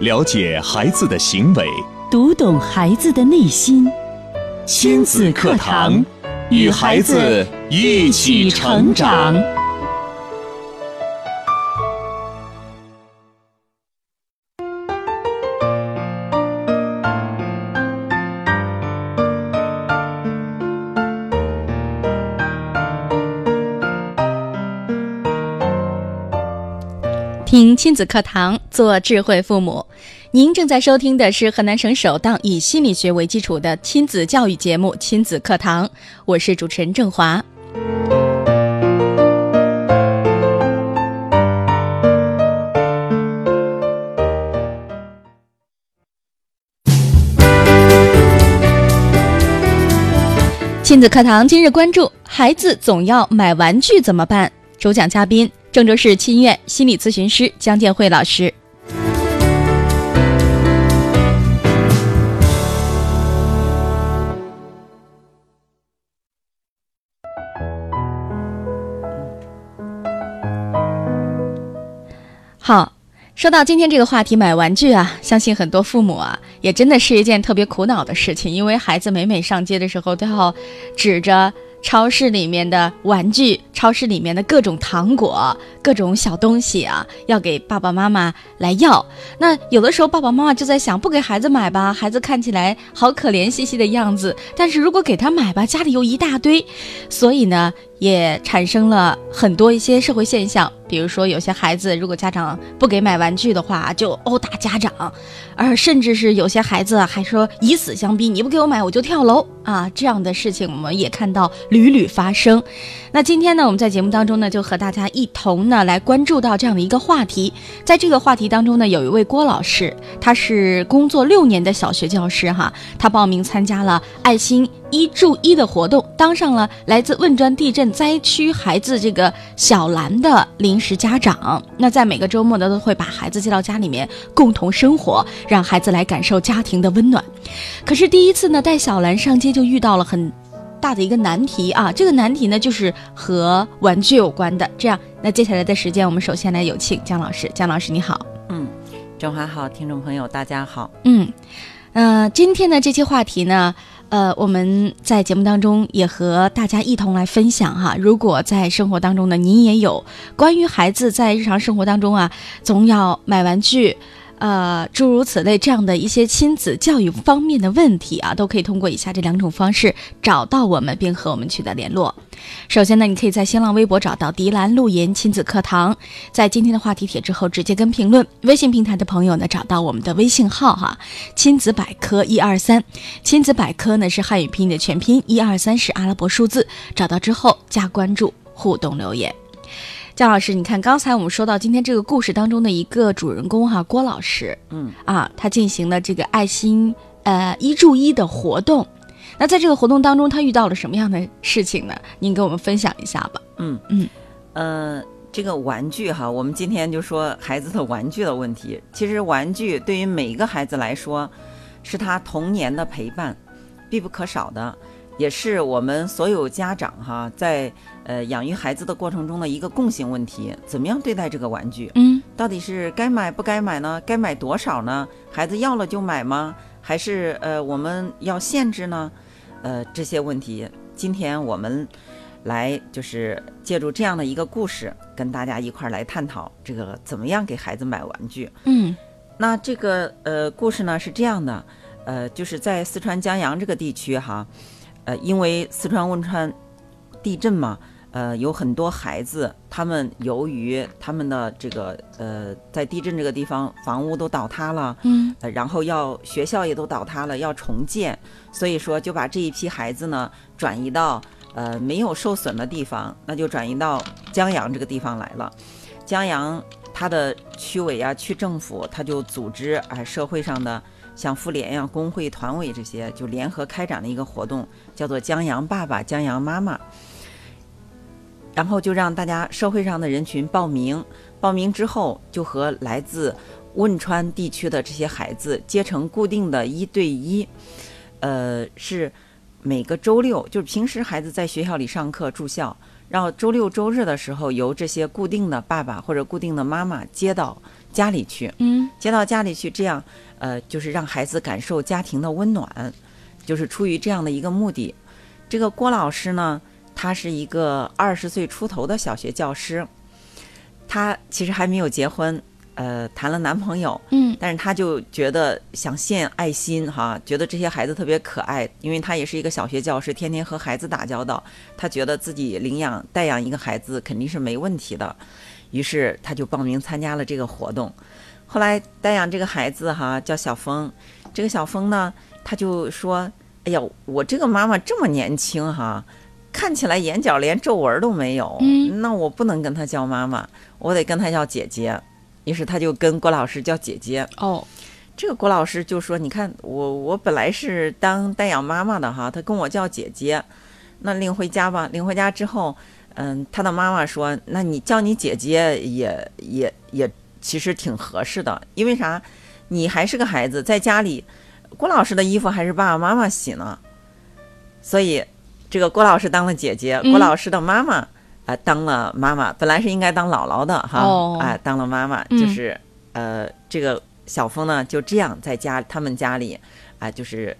了解孩子的行为， 读懂孩子的内心。 亲子课堂，与孩子一起成长。 听亲子课堂，做智慧父母。您正在收听的是河南省首档以心理学为基础的亲子教育节目《亲子课堂》，我是主持人郑华。亲子课堂今日关注：孩子总要买玩具怎么办？主讲嘉宾：郑州市七医院心理咨询师姜建慧老师。好，说到今天这个话题买玩具啊，相信很多父母啊也真的是一件特别苦恼的事情，因为孩子每上街的时候都要指着超市里面的玩具，超市里面的各种糖果，各种小东西啊，要给爸爸妈妈来要。那有的时候爸爸妈妈就在想，不给孩子买吧，孩子看起来好可怜兮兮的样子，但是如果给他买吧，家里又一大堆，所以呢也产生了很多一些社会现象，比如说有些孩子如果家长不给买玩具的话，就殴打家长，而甚至是有些孩子还说以死相逼，你不给我买我就跳楼啊，这样的事情我们也看到屡屡发生。那今天呢，我们在节目当中呢，就和大家一同呢来关注到这样的一个话题。在这个话题当中呢，有一位郭老师，他是工作6年的小学教师哈，他报名参加了爱心1助1的活动，当上了来自汶川地震灾区孩子这个小兰的临时家长。那在每个周末呢，都会把孩子接到家里面共同生活，让孩子来感受家庭的温暖。可是第一次呢，带小兰上街就遇到了很大的一个难题啊，这个难题呢就是和玩具有关的。这样，那接下来的时间，我们首先来有请姜老师。姜老师你好。 郑华好，听众朋友大家好。 今天的这期话题呢，我们在节目当中也和大家一同来分享哈。如果在生活当中呢，您也有关于孩子在日常生活当中啊，总要买玩具，诸如此类这样的一些亲子教育方面的问题啊，都可以通过以下这2种方式找到我们，并和我们取得联络。首先呢，你可以在新浪微博找到迪兰路言亲子课堂，在今天的话题帖之后直接跟评论。微信平台的朋友呢，找到我们的微信号哈，亲子百科123，亲子百科呢是汉语拼音的全拼，123是阿拉伯数字，找到之后加关注，互动留言。姜老师，你看刚才我们说到今天这个故事当中的一个主人公哈，郭老师，他进行了这个爱心1助1的活动。那在这个活动当中，他遇到了什么样的事情呢？您跟我们分享一下吧。 这个玩具哈，我们今天就说孩子的玩具的问题。其实玩具对于每一个孩子来说，是他童年的陪伴，必不可少的，也是我们所有家长哈在养育孩子的过程中的一个共性问题。怎么样对待这个玩具？到底是该买不该买呢？该买多少呢？孩子要了就买吗？还是我们要限制呢？这些问题，今天我们来就是借助这样的一个故事，跟大家一块来探讨这个怎么样给孩子买玩具。那这个故事呢是这样的，就是在四川江阳这个地区哈，因为四川汶川地震嘛，有很多孩子，他们由于他们的这个在地震这个地方房屋都倒塌了，然后学校也都倒塌了，要重建，所以说就把这一批孩子呢转移到没有受损的地方，那就转移到江阳这个地方来了。江阳它的区委啊、区政府，它就组织社会上的像妇联呀、工会、团委这些，就联合开展了一个活动，叫做江阳爸爸、江阳妈妈。然后就让大家社会上的人群报名之后，就和来自汶川地区的这些孩子结成固定的1对1，是每个周六，就是平时孩子在学校里上课住校，然后周六周日的时候由这些固定的爸爸或者固定的妈妈接到家里去，接到家里去，这样就是让孩子感受家庭的温暖，就是出于这样的一个目的。这个郭老师呢，他是一个20岁出头的小学教师，他其实还没有结婚，谈了男朋友，但是他就觉得想献爱心哈，觉得这些孩子特别可爱，因为他也是一个小学教师，天天和孩子打交道，他觉得自己带养一个孩子肯定是没问题的，于是他就报名参加了这个活动。后来带养这个孩子哈，叫小峰，这个小峰呢，他就说，哎呀，我这个妈妈这么年轻哈，看起来眼角连皱纹都没有，那我不能跟她叫妈妈，我得跟她叫姐姐。于是他就跟郭老师叫姐姐。这个郭老师就说，你看我本来是当带养妈妈的哈，他跟我叫姐姐，那领回家吧。领回家之后，他的妈妈说，那你叫你姐姐也其实挺合适的，因为啥？你还是个孩子，在家里，郭老师的衣服还是爸爸妈妈洗呢，所以这个郭老师当了姐姐，郭老师的妈妈当了妈妈，本来是应该当姥姥的哈，当了妈妈，就是这个小峰呢就这样在他们家里就是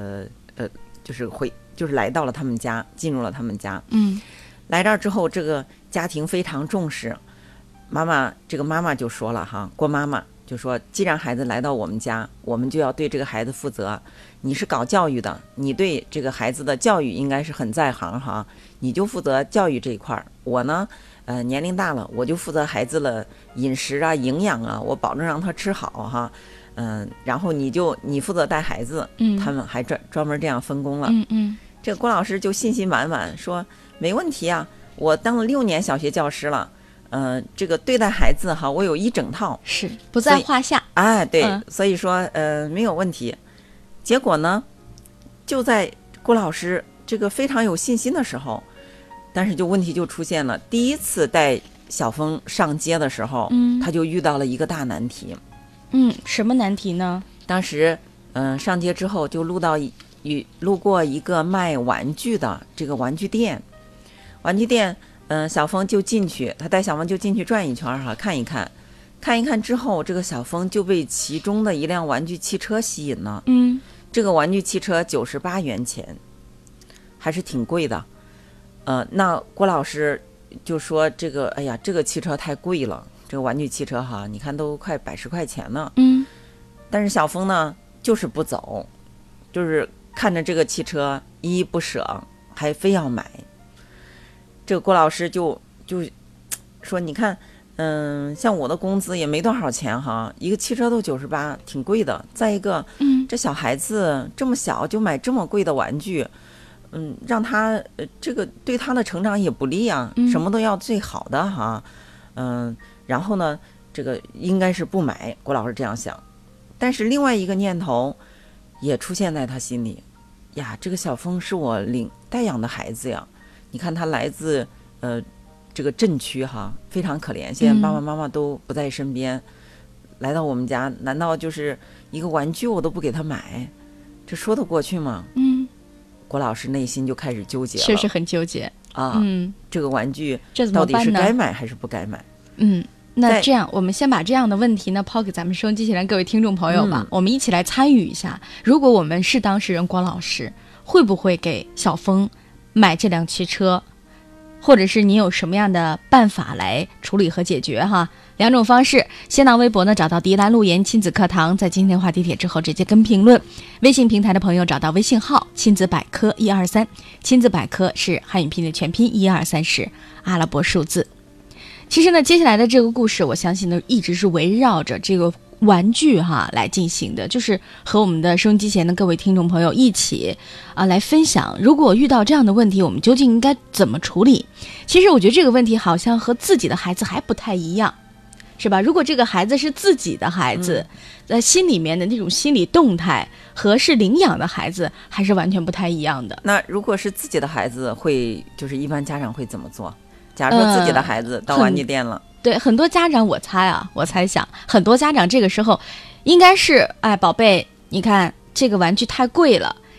就是来到了他们家，进入了他们家。来这儿之后，这个家庭非常重视。这个妈妈就说了哈，郭妈妈就说，既然孩子来到我们家，我们就要对这个孩子负责。你是搞教育的，你对这个孩子的教育应该是很在行哈，你就负责教育这一块儿。我呢，年龄大了，我就负责孩子的饮食啊、营养啊，我保证让他吃好哈。然后你负责带孩子，他们还专门这样分工了。这个郭老师就信心满满说，没问题啊，我当了6年小学教师了。这个对待孩子哈，我有一整套， 是不在话下。 对，所以说没有问题。结果呢，就在郭老师这个非常有信心的时候，但是问题就出现了。第一次带小峰上街的时候，他就遇到了一个大难题。 什么难题呢？当时上街之后就路过一个卖玩具的这个玩具店，小峰就进去，他带小峰就进去转一圈哈，看一看之后，这个小峰就被其中的一辆玩具汽车吸引了。这个玩具汽车98元钱，还是挺贵的。那郭老师就说，这个汽车太贵了，这个玩具汽车哈，你看都快100块钱呢。但是小峰呢就是不走，就是看着这个汽车依依不舍，还非要买。这个郭老师就说，你看，像我的工资也没多少钱哈，一个汽车都98，挺贵的。再一个，这小孩子这么小就买这么贵的玩具，让他这个对他的成长也不利啊，什么都要最好的哈，然后呢，这个应该是不买。郭老师这样想，但是另外一个念头也出现在他心里，呀，这个小峰是我带养的孩子呀。你看他来自这个镇区哈，非常可怜，现在爸爸妈妈都不在身边，来到我们家，难道就是一个玩具我都不给他买？这说得过去吗？郭老师内心就开始纠结了， 确实很纠结这个玩具这怎么办呢？ 到底是该买还是不该买？ 那这样，我们先把这样的问题呢抛给咱们收音机前的各位听众朋友吧，我们一起来参与一下。如果我们是当事人郭老师，会不会给小峰买这辆汽车，或者是你有什么样的办法来处理和解决哈？2种方式，新浪微博呢找到迪兰路言亲子课堂，在今天话题帖之后直接跟评论。微信平台的朋友找到微信号亲子百科123，亲子百科是汉语拼音的全拼，123是阿拉伯数字。其实呢，接下来的这个故事，我相信呢一直是围绕着这个玩具哈来进行的，就是和我们的收音机前的各位听众朋友一起来分享，如果遇到这样的问题，我们究竟应该怎么处理？其实我觉得这个问题好像和自己的孩子还不太一样，是吧？如果这个孩子是自己的孩子，在心里面的那种心理动态和是领养的孩子还是完全不太一样的。 那如果是自己的孩子，就是一般家长会怎么做？假如说自己的孩子到玩具店了， 对很多家长，我猜想很多家长这个时候应该是，宝贝，你看这个玩具太贵了，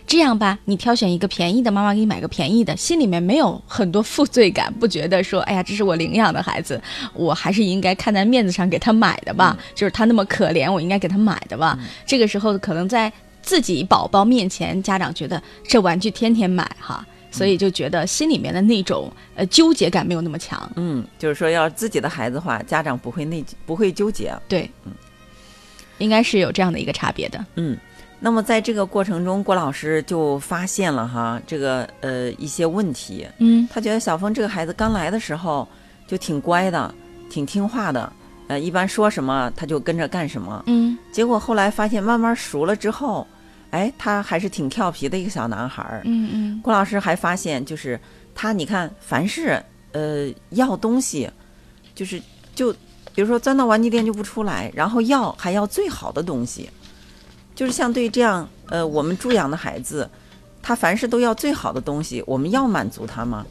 这样吧，你挑选一个便宜的，妈妈给你买个便宜的，心里面没有很多负罪感，不觉得说，哎呀，这是我领养的孩子，我还是应该看在面子上给他买的吧，就是他那么可怜，我应该给他买的吧。这个时候可能在自己宝宝面前，家长觉得这玩具天天买哈，所以就觉得心里面的那种纠结感没有那么强。 就是说要自己的孩子的话，家长不会纠结。 对，应该是有这样的一个差别的。 那么在这个过程中，郭老师就发现了哈，这个一些问题。他觉得小峰这个孩子刚来的时候就挺乖的，挺听话的，一般说什么他就跟着干什么。结果后来发现慢慢熟了之后，他还是挺调皮的一个小男孩。郭老师还发现，就是他，你看，凡是要东西，就比如说钻到玩具店就不出来，然后还要最好的东西，就是像对这样我们助养的孩子，他凡事都要最好的东西，我们要满足他吗？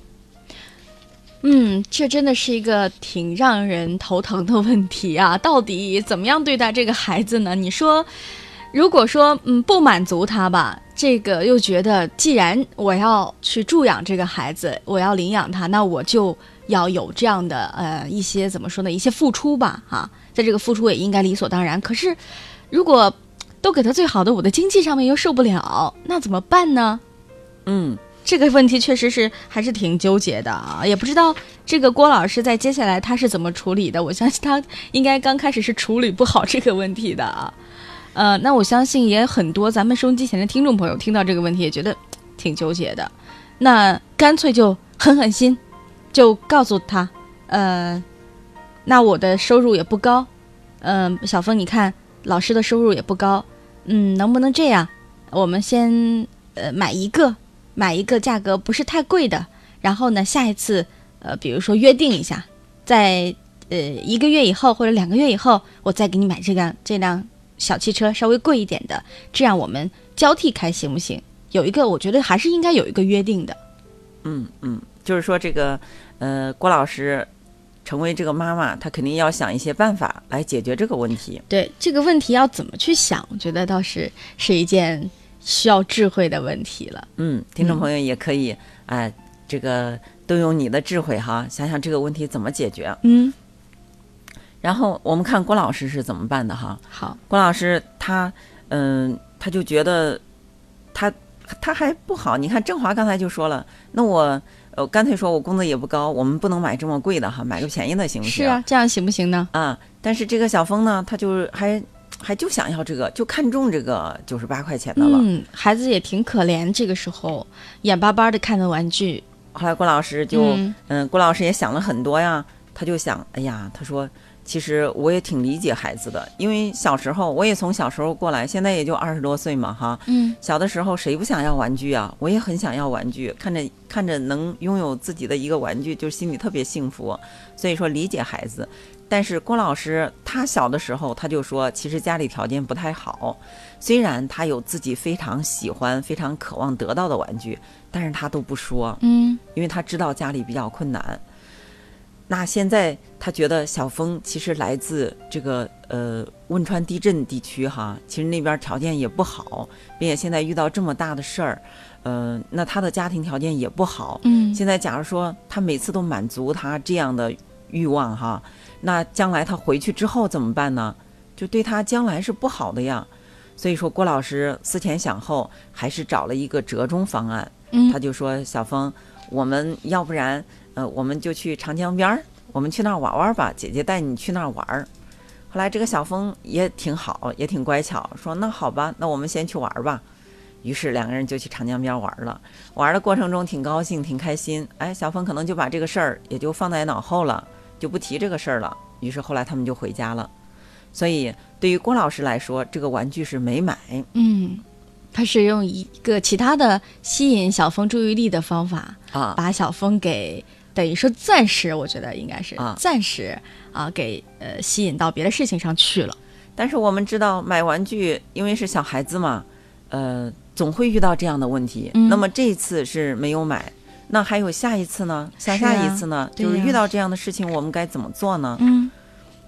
这真的是一个挺让人头疼的问题啊！到底怎么样对待这个孩子呢？你说，如果说不满足他吧，这个又觉得既然我要去助养这个孩子，我要领养他，那我就要有这样的一些怎么说呢，一些付出吧哈，在这个付出也应该理所当然。可是如果都给他最好的，我的经济上面又受不了，那怎么办呢？这个问题确实还是挺纠结的啊，也不知道这个郭老师在接下来他是怎么处理的。我相信他应该刚开始是处理不好这个问题的啊。那我相信也很多咱们收音机前的听众朋友听到这个问题也觉得挺纠结的，那干脆就狠心，就告诉他，那我的收入也不高，小峰你看老师的收入也不高，能不能这样，我们先买一个价格不是太贵的，然后呢下一次比如说约定一下，在1个月以后或者2个月以后，我再给你买这辆小汽车稍微贵一点的，这样我们交替开行不行？我觉得还是应该有一个约定的。 就是说这个郭老师成为这个妈妈，她肯定要想一些办法来解决这个问题。 对，这个问题要怎么去想，我觉得倒是一件需要智慧的问题了。 听众朋友也可以这个都用你的智慧哈，想想这个问题怎么解决。然后我们看郭老师是怎么办的哈。 好， 郭老师他就觉得他还不好。你看郑华刚才就说了，那我干脆说我工资也不高，我们不能买这么贵的哈，买个便宜的行不行？ 是啊，这样行不行呢？ 但是这个小峰呢，他就还就想要这个，就看中这个98块钱的了。 孩子也挺可怜，这个时候眼巴巴的看着玩具。 后来郭老师就郭老师也想了很多呀，他就想，哎呀，他说其实我也挺理解孩子的，因为小时候我也从小时候过来，现在也就20多岁嘛哈。小的时候谁不想要玩具啊？我也很想要玩具，看着能拥有自己的一个玩具，就心里特别幸福。所以说理解孩子。但是郭老师他小的时候他就说，其实家里条件不太好，虽然他有自己非常喜欢非常渴望得到的玩具，但是他都不说，因为他知道家里比较困难。那现在他觉得小峰其实来自这个汶川地震地区哈，其实那边条件也不好，并且现在遇到这么大的事儿，那他的家庭条件也不好。现在假如说他每次都满足他这样的欲望哈，那将来他回去之后怎么办呢？就对他将来是不好的呀。所以说郭老师思前想后，还是找了一个折中方案。他就说，小峰，我们要不然我们就去长江边，我们去那儿玩玩吧，姐姐带你去那儿玩。后来这个小峰也挺好，也挺乖巧，说那好吧，那我们先去玩吧。于是2个人就去长江边玩了。玩的过程中挺高兴挺开心，小峰可能就把这个事儿也就放在脑后了，就不提这个事儿了。于是后来他们就回家了。所以对于郭老师来说，这个玩具是没买。 他是用一个其他的吸引小峰注意力的方法把小峰给等于说暂时，我觉得应该是暂时给吸引到别的事情上去了。 但是我们知道买玩具因为是小孩子嘛，总会遇到这样的问题。那么这一次是没有买，那还有下一次呢，下一次呢，就是遇到这样的事情我们该怎么做呢？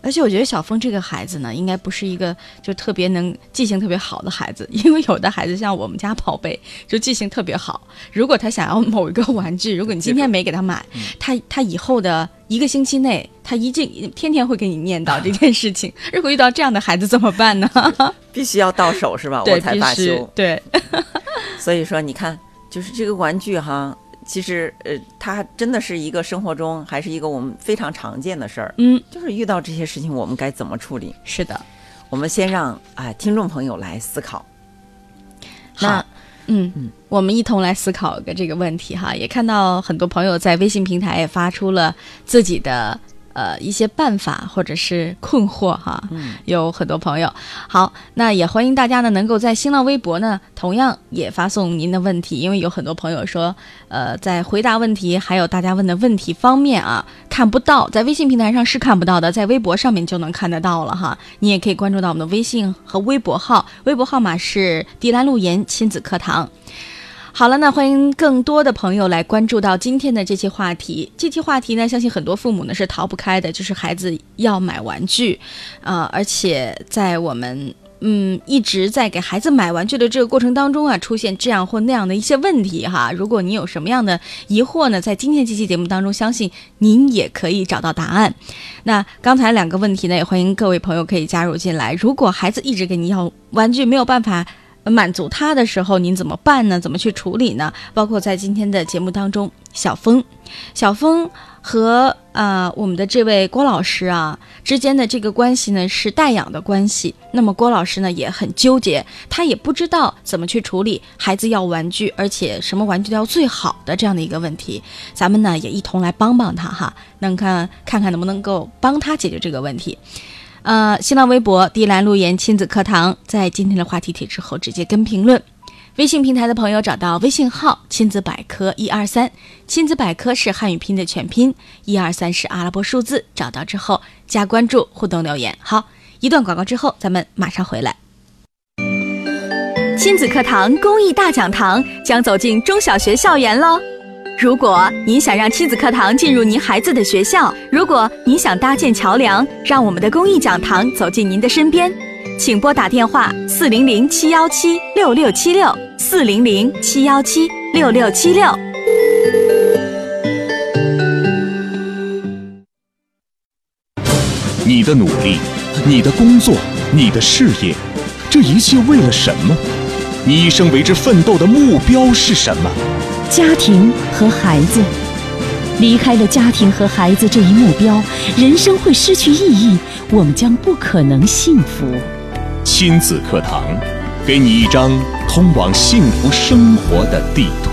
而且我觉得小峰这个孩子呢，应该不是一个就特别能记性特别好的孩子，因为有的孩子像我们家宝贝就记性特别好，如果他想要某一个玩具，如果你今天没给他买，他以后的1个星期内，他天天会给你念叨这件事情。如果遇到这样的孩子怎么办呢？ 必须要到手是吧？ 对， 我才罢休。 对， 所以说你看，就是这个玩具哈。其实，它真的是一个生活中还是一个我们非常常见的事儿。就是遇到这些事情，我们该怎么处理？ 是的， 我们先让听众朋友来思考。 好，我们一同来思考这个问题哈。也看到很多朋友在微信平台也发出了自己的一些办法或者是困惑哈，有很多朋友。好，那也欢迎大家呢能够在新浪微博呢同样也发送您的问题，因为有很多朋友说在回答问题还有大家问的问题方面啊看不到，在微信平台上是看不到的，在微博上面就能看得到了哈。你也可以关注到我们的微信和微博号，微博号码是迪兰路言亲子课堂。好了，那欢迎更多的朋友来关注到今天的这期话题。这期话题呢，相信很多父母呢是逃不开的，就是孩子要买玩具，而且在我们一直在给孩子买玩具的这个过程当中啊，出现这样或那样的一些问题哈。如果你有什么样的疑惑呢，在今天这期节目当中，相信您也可以找到答案。那刚才2个问题呢，也欢迎各位朋友可以加入进来。如果孩子一直给你要玩具，没有办法满足他的时候，您怎么办呢？怎么去处理呢？包括在今天的节目当中，小峰和我们的这位郭老师啊之间的这个关系呢是代养的关系。那么郭老师呢也很纠结，他也不知道怎么去处理孩子要玩具，而且什么玩具都要最好的这样的一个问题。咱们呢也一同来帮帮他哈，看看能不能够帮他解决这个问题。新浪微博迪兰路言亲子课堂，在今天的话题帖之后直接跟评论。微信平台的朋友找到微信号亲子百科123，亲子百科是汉语拼的全拼，123是阿拉伯数字，找到之后加关注互动留言。好，一段广告之后咱们马上回来。亲子课堂公益大讲堂将走进中小学校园咯。如果您想让亲子课堂进入您孩子的学校，如果您想搭建桥梁，让我们的公益讲堂走进您的身边，请拨打电话400-717-6676，400-717-6676。 你的努力，你的工作，你的事业，这一切为了什么？你一生为之奋斗的目标是什么？ 家庭和孩子，离开了家庭和孩子这一目标，人生会失去意义，我们将不可能幸福。 亲子课堂，给你一张通往幸福生活的地图。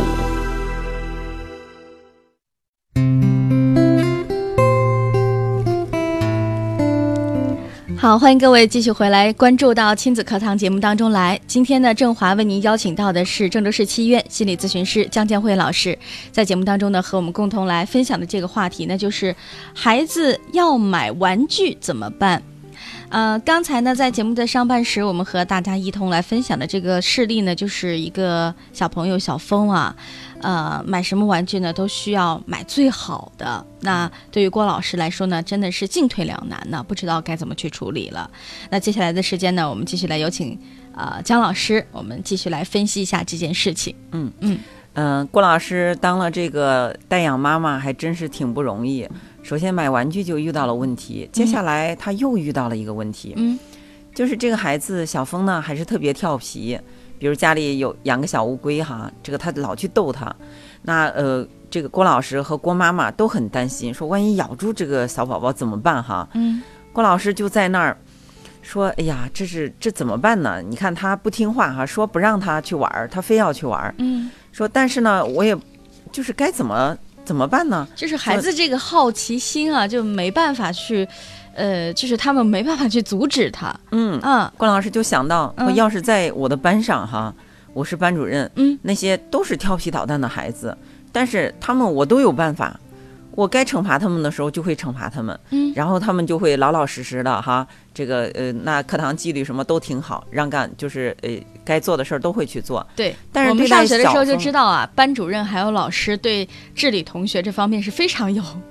好，欢迎各位继续回来关注到亲子课堂节目当中来。今天呢，郑华为您邀请到的是郑州市七院心理咨询师江建慧老师，在节目当中呢，和我们共同来分享的这个话题呢，就是孩子要买玩具怎么办？刚才呢，在节目的上半时，我们和大家一同来分享的这个事例呢，就是一个小朋友小峰啊，买什么玩具呢，都需要买最好的。那对于郭老师来说呢，真的是进退两难呢，不知道该怎么去处理了。那接下来的时间呢，我们继续来有请江老师，我们继续来分析一下这件事情。 郭老师当了这个代养妈妈还真是挺不容易。首先买玩具就遇到了问题，接下来他又遇到了一个问题，就是这个孩子小峰呢还是特别调皮，比如家里有养个小乌龟哈，这个他老去逗他，那这个郭老师和郭妈妈都很担心，说万一咬住这个小宝宝怎么办哈？郭老师就在那儿说，哎呀，这怎么办呢？你看他不听话哈，说不让他去玩，他非要去玩，说但是呢，我也就是该怎么办呢？ 就是孩子这个好奇心啊，就没办法去，就是他们没办法去阻止他。 郭老师就想到，要是在我的班上哈，我是班主任，那些都是调皮捣蛋的孩子，但是他们我都有办法。我该惩罚他们的时候就会惩罚他们，然后他们就会老老实实的哈，这个那课堂纪律什么都挺好，让干就是该做的事儿都会去做。对，但是我们上学的时候就知道啊，班主任还有老师对治理同学这方面是非常有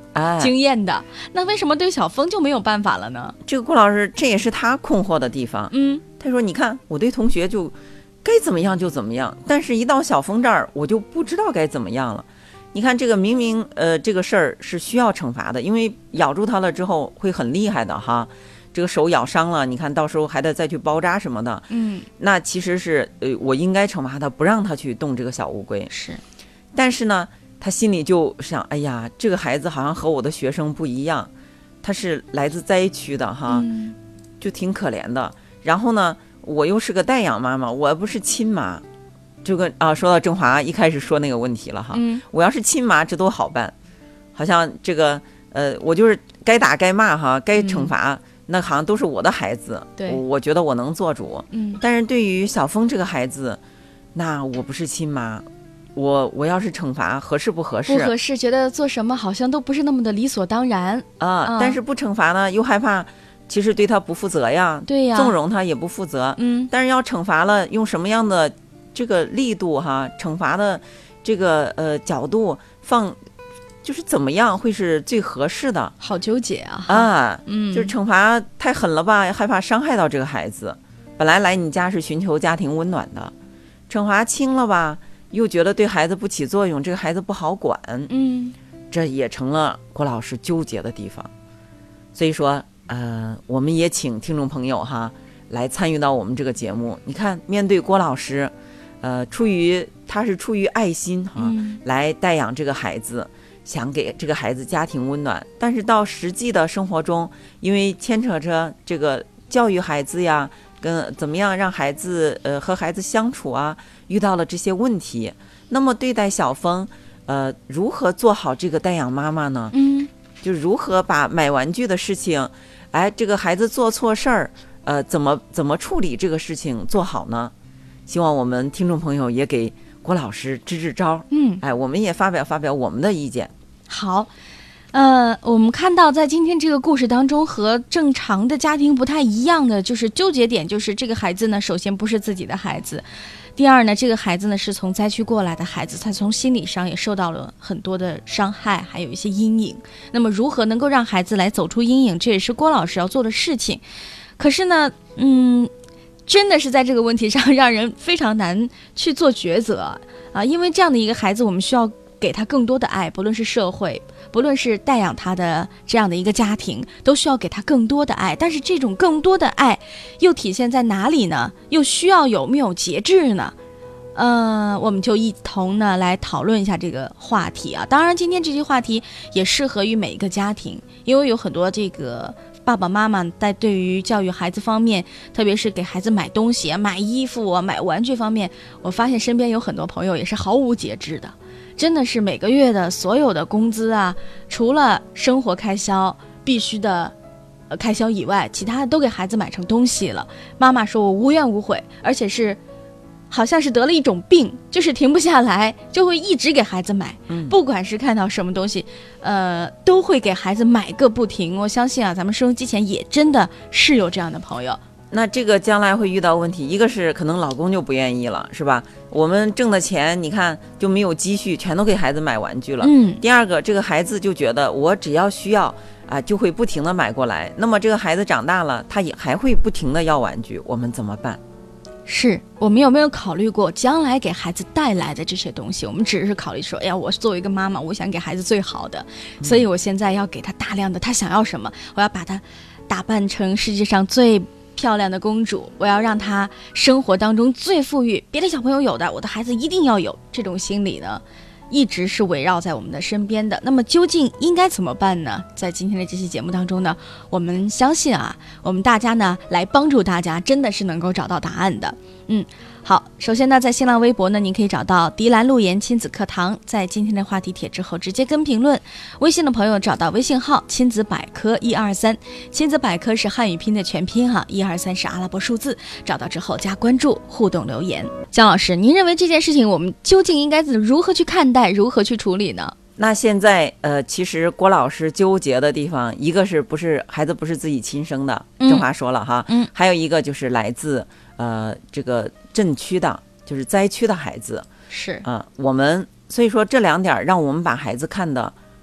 经验的，那为什么对小峰就没有办法了呢？ 这个郭老师，这也是他困惑的地方。他说你看我对同学就该怎么样就怎么样，但是一到小峰这儿我就不知道该怎么样了。你看这个明明这个事儿是需要惩罚的，因为咬住他了之后会很厉害的哈，这个手咬伤了，你看到时候还得再去包扎什么的。那其实是我应该惩罚他，不让他去动这个小乌龟。 是， 但是呢他心里就想，哎呀，这个孩子好像和我的学生不一样，他是来自灾区的哈，就挺可怜的。然后呢我又是个代养妈妈，我不是亲妈，就跟说到郑华一开始说那个问题了哈，我要是亲妈这多好办，好像这个我就是该打该骂哈，该惩罚，那好像都是我的孩子，我觉得我能做主。但是对于小峰这个孩子，那我不是亲妈，我要是惩罚合适不合适？ 不合适，觉得做什么好像都不是那么的理所当然但是不惩罚呢又害怕其实对他不负责呀， 对呀， 纵容他也不负责。但是要惩罚了，用什么样的这个力度哈，惩罚的这个角度放，就是怎么样会是最合适的？ 好纠结啊！ 就是惩罚太狠了吧，害怕伤害到这个孩子。本来来你家是寻求家庭温暖的，惩罚轻了吧，又觉得对孩子不起作用，这个孩子不好管。这也成了郭老师纠结的地方。所以说我们也请听众朋友哈来参与到我们这个节目。你看面对郭老师他是出于爱心哈，来带养这个孩子，想给这个孩子家庭温暖，但是到实际的生活中，因为牵扯着这个教育孩子呀，跟怎么样让孩子和孩子相处啊，遇到了这些问题，那么对待小峰如何做好这个带养妈妈呢？就如何把买玩具的事情，这个孩子做错事儿，怎么处理这个事情做好呢？希望我们听众朋友也给郭老师支招。我们也发表我们的意见。 好，我们看到在今天这个故事当中，和正常的家庭不太一样的就是纠结点，就是这个孩子呢，首先不是自己的孩子。第二呢，这个孩子呢是从灾区过来的孩子，他从心理上也受到了很多的伤害，还有一些阴影。那么如何能够让孩子来走出阴影，这也是郭老师要做的事情。可是呢，真的是在这个问题上让人非常难去做抉择因为这样的一个孩子，我们需要给他更多的爱，不论是社会，不论是带养他的这样的一个家庭，都需要给他更多的爱。但是这种更多的爱又体现在哪里呢？又需要有没有节制呢？我们就一同呢来讨论一下这个话题当然今天这些话题也适合于每一个家庭，因为有很多这个爸爸妈妈在对于教育孩子方面，特别是给孩子买东西买衣服买玩具方面，我发现身边有很多朋友也是毫无节制的，真的是每个月的所有的工资除了生活开销必须的开销以外，其他的都给孩子买成东西了。妈妈说我无怨无悔，而且是好像是得了一种病，就是停不下来，就会一直给孩子买，不管是看到什么东西都会给孩子买个不停。我相信咱们收音机前也真的是有这样的朋友。 那这个将来会遇到问题，一个是可能老公就不愿意了，是吧？我们挣的钱你看就没有积蓄，全都给孩子买玩具了。第二个，这个孩子就觉得我只要需要就会不停的买过来，那么这个孩子长大了，他也还会不停的要玩具，我们怎么办？ 是我们有没有考虑过将来给孩子带来的这些东西？我们只是考虑说，哎呀，我作为一个妈妈，我想给孩子最好的，所以我现在要给他大量的他想要什么，我要把他打扮成世界上最漂亮的公主，我要让他生活当中最富裕，别的小朋友有的，我的孩子一定要有。这种心理呢，一直是围绕在我们的身边的。那么究竟应该怎么办呢？在今天的这期节目当中呢，我们相信我们大家呢来帮助大家，真的是能够找到答案的。好，首先呢，在新浪微博呢，您可以找到迪兰路言亲子课堂，在今天的话题帖之后直接跟评论。微信的朋友找到微信号亲子百科123，亲子百科是汉语拼的全拼123是阿拉伯数字，找到之后加关注，互动留言。姜老师，您认为这件事情我们究竟应该如何去看待，如何去处理呢？ 那现在其实郭老师纠结的地方，一个是不是孩子不是自己亲生的，郑华说了哈，还有一个就是来自这个震区的，就是灾区的孩子， 是我们所以说这两点让我们把孩子看得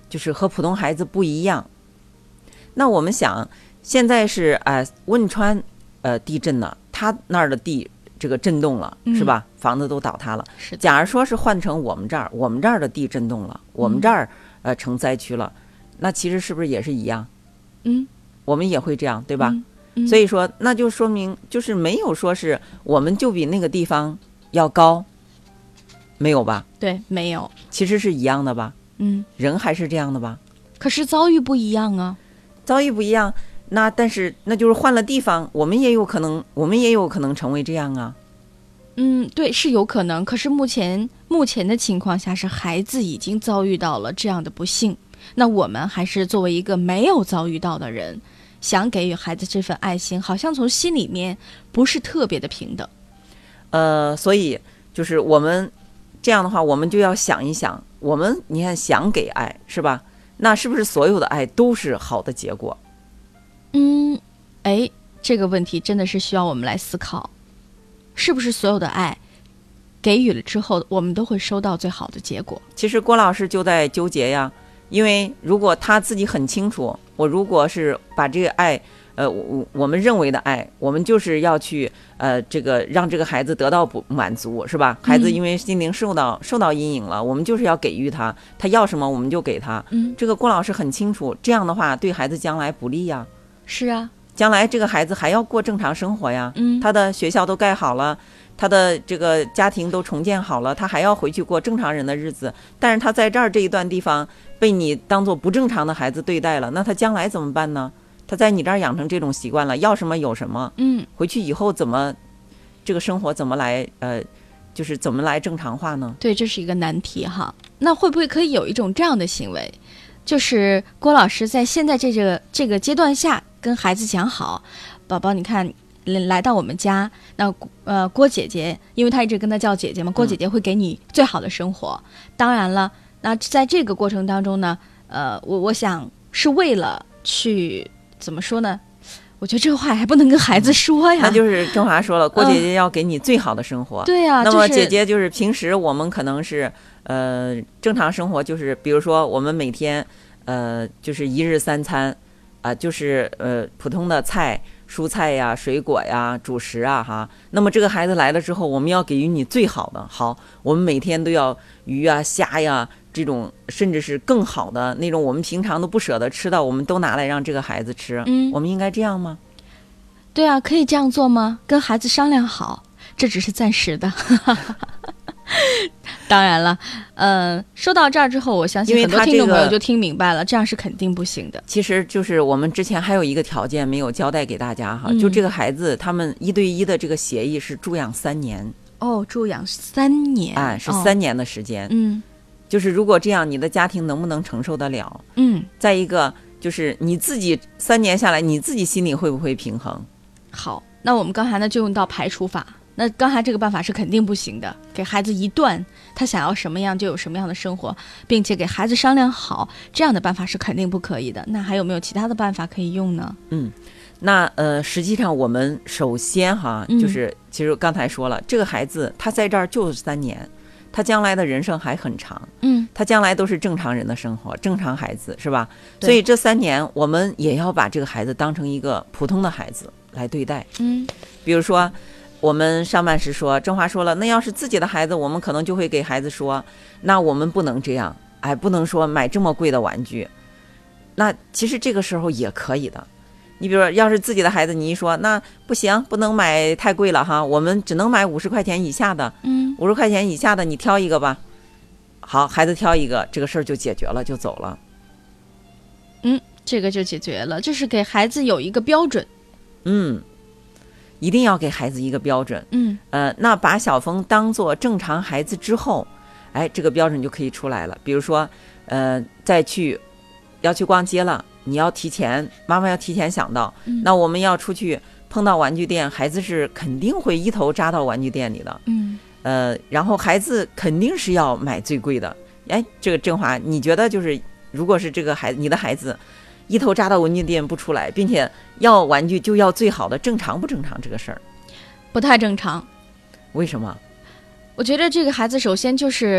就是和普通孩子不一样。那我们想，现在是汶川地震了，他那儿的地这个震动了，是吧？房子都倒塌了。 是。 假如说是换成我们这儿的地震动了，我们这儿成灾区了，那其实是不是也是一样？我们也会这样，对吧？所以说，那就说明就是没有说是我们就比那个地方要高，没有吧？ 对，没有， 其实是一样的吧？人还是这样的吧？ 可是遭遇不一样啊， 遭遇不一样，但是那就是换了地方，我们也有可能成为这样啊。 对，是有可能。可是目前的情况下是孩子已经遭遇到了这样的不幸，那我们还是作为一个没有遭遇到的人，想给予孩子这份爱心，好像从心里面不是特别的平等。 所以就是我们这样的话，我们就要想一想，你看想给爱是吧？那是不是所有的爱都是好的结果？ 这个问题真的是需要我们来思考，是不是所有的爱给予了之后，我们都会收到最好的结果？ 其实郭老师就在纠结呀，因为如果他自己很清楚，我如果是把这个爱，我们认为的爱，我们就是要去这个让这个孩子得到满足，是吧？孩子因为心灵受到阴影了，我们就是要给予他要什么我们就给他。这个郭老师很清楚，这样的话对孩子将来不利呀。 是啊， 将来这个孩子还要过正常生活呀。他的学校都盖好了，他的这个家庭都重建好了，他还要回去过正常人的日子。但是他在这儿这一段地方被你当做不正常的孩子对待了，那他将来怎么办呢？他在你这儿养成这种习惯了，要什么有什么。回去以后怎么这个生活怎么来就是怎么来正常化呢？ 对，这是一个难题哈。那会不会可以有一种这样的行为，就是郭老师在现在这个阶段下跟孩子讲好，宝宝你看来到我们家，那郭姐姐，因为她一直跟她叫姐姐嘛，郭姐姐会给你最好的生活。当然了，那在这个过程当中呢，我想是为了去怎么说呢？我觉得这个话还不能跟孩子说呀。 那就是郑华说了，郭姐姐要给你最好的生活。 对呀， 那么姐姐就是平时我们可能是正常生活，就是比如说我们每天就是一日三餐就是普通的菜、蔬菜呀、水果呀、主食啊哈。那么这个孩子来了之后，我们要给予你最好的。好，我们每天都要鱼啊、虾呀这种，甚至是更好的那种，我们平常都不舍得吃的，我们都拿来让这个孩子吃。我们应该这样吗？ 对啊，可以这样做吗？跟孩子商量好，这只是暂时的。当然了，说到这儿之后，我相信很多听众朋友就听明白了，这样是肯定不行的。 其实就是我们之前还有一个条件没有交代给大家哈，就这个孩子他们1对1的这个协议是住养3年。 住养3年， 是3年的时间。就是如果这样，你的家庭能不能承受得了？再一个就是你自己3年下来，你自己心里会不会平衡？ 好，那我们刚才呢就用到排除法。那刚才这个办法是肯定不行的，给孩子一段他想要什么样就有什么样的生活，并且给孩子商量好，这样的办法是肯定不可以的。那还有没有其他的办法可以用呢？ 那实际上我们首先就是其实刚才说了，这个孩子他在这儿就是3年，他将来的人生还很长。他将来都是正常人的生活，正常孩子是吧？所以这3年我们也要把这个孩子当成一个普通的孩子来对待。比如说我们上半时说，郑华说了，那要是自己的孩子，我们可能就会给孩子说，那我们不能这样，不能说买这么贵的玩具。那其实这个时候也可以的。你比如说，要是自己的孩子，你一说，那不行，不能买太贵了哈，我们只能买50块钱以下的。50块钱以下的，你挑一个吧。好，孩子挑一个，这个事儿就解决了，就走了。 这个就解决了，就是给孩子有一个标准。 一定要给孩子一个标准。那把小峰当做正常孩子之后，这个标准就可以出来了。比如说，要去逛街了，你要提前，妈妈要提前想到，那我们要出去碰到玩具店，孩子是肯定会一头扎到玩具店里的。然后孩子肯定是要买最贵的。这个郑华，你觉得就是如果是这个你的孩子一头扎到文具店不出来，并且要玩具就要最好的，正常不正常？这个事儿不太正常。 为什么？ 我觉得这个孩子首先就是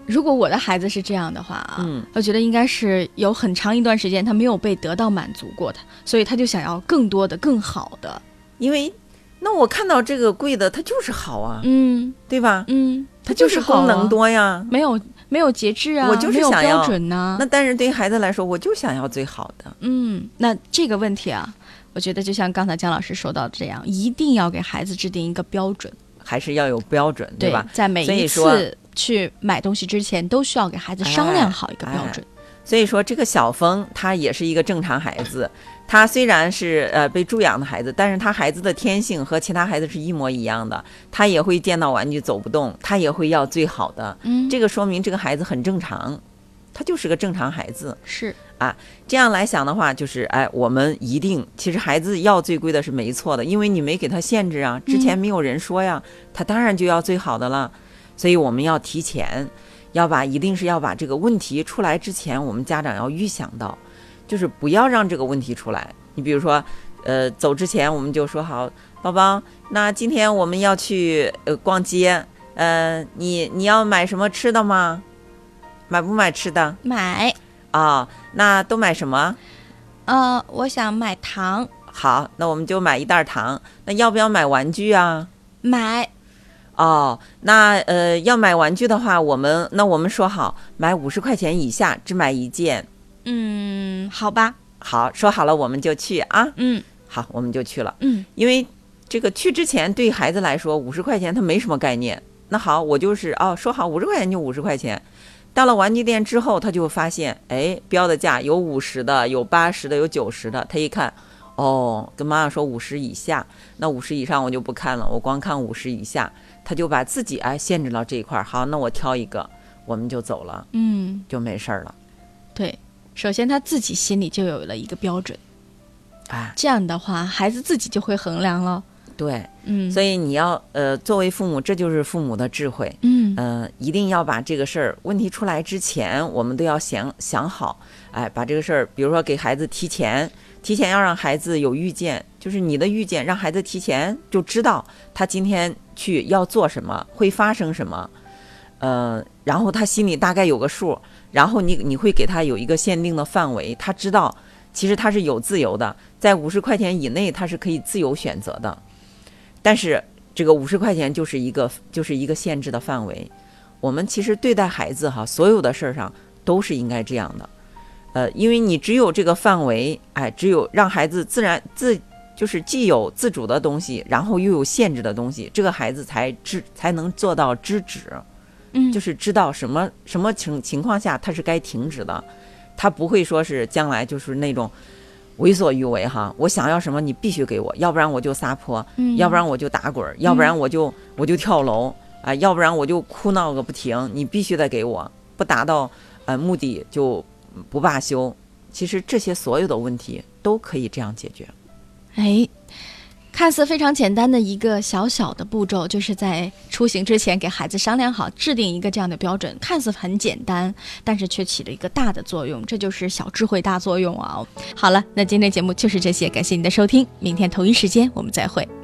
如果我的孩子是这样的话啊，我觉得应该是有很长一段时间他没有被得到满足过的，所以他就想要更多的、更好的。 因为那我看到这个贵的，它就是好啊，对吧？它就是功能多呀， 没有节制啊， 我就是想要没有标准呐。 那但是对于孩子来说，我就想要最好的。 那这个问题啊，我觉得就像刚才姜老师说到的这样，一定要给孩子制定一个标准， 还是要有标准，对吧？ 在每一次去买东西之前，都需要给孩子商量好一个标准。 所以说，这个小峰他也是一个正常孩子，他虽然是被助养的孩子，但是他孩子的天性和其他孩子是一模一样的，他也会见到玩具走不动，他也会要最好的。这个说明这个孩子很正常，他就是个正常孩子。 是啊，这样来想的话，就是我们一定，其实孩子要最贵的是没错的，因为你没给他限制啊，之前没有人说呀，他当然就要最好的了。所以我们要提前，一定是要把这个问题出来之前，我们家长要预想到，就是不要让这个问题出来。你比如说，走之前我们就说好，宝宝，那今天我们要去逛街，你要买什么吃的吗？买不买吃的？ 买。 那都买什么？ 我想买糖。 好，那我们就买一袋糖。那要不要买玩具啊？ 买。 那要买玩具的话，我们说好买50块钱以下，只买一件。 好吧。 好，说好了我们就去啊。好，我们就去了。因为这个去之前对孩子来说50块钱他没什么概念。那好，我就是说好50块钱就50块钱。到了玩具店之后，他就发现标的价有50的，有80的，有90的。他一看，跟妈妈说50以下，那50以上我就不看了，我光看50以下。他就把自己限制到这一块。好，那我挑一个，我们就走了。就没事了。 对，首先他自己心里就有了一个标准，这样的话孩子自己就会衡量了。 对，所以你要作为父母，这就是父母的智慧。一定要把这个事儿问题出来之前，我们都要想好，把这个事儿，比如说给孩子提前要让孩子有预见，就是你的预见，让孩子提前就知道他今天去要做什么，会发生什么，然后他心里大概有个数，然后你会给他有一个限定的范围，他知道其实他是有自由的，在50块钱以内他是可以自由选择的，但是这个50块钱就是一个限制的范围。我们其实对待孩子所有的事儿上都是应该这样的。因为你只有这个范围，只有让孩子就是既有自主的东西，然后又有限制的东西，这个孩子才能做到知止。就是知道什么情况下他是该停止的，他不会说是将来就是那种为所欲为我想要什么你必须给我，要不然我就撒泼，要不然我就打滚，要不然我就跳楼要不然我就哭闹个不停，你必须得给我，不达到目的就不罢休。其实这些所有的问题都可以这样解决。 看似非常简单的一个小小的步骤，就是在出行之前给孩子商量好，制定一个这样的标准，看似很简单，但是却起了一个大的作用，这就是小智慧大作用啊。好了，那今天节目就是这些，感谢你的收听，明天同一时间我们再会。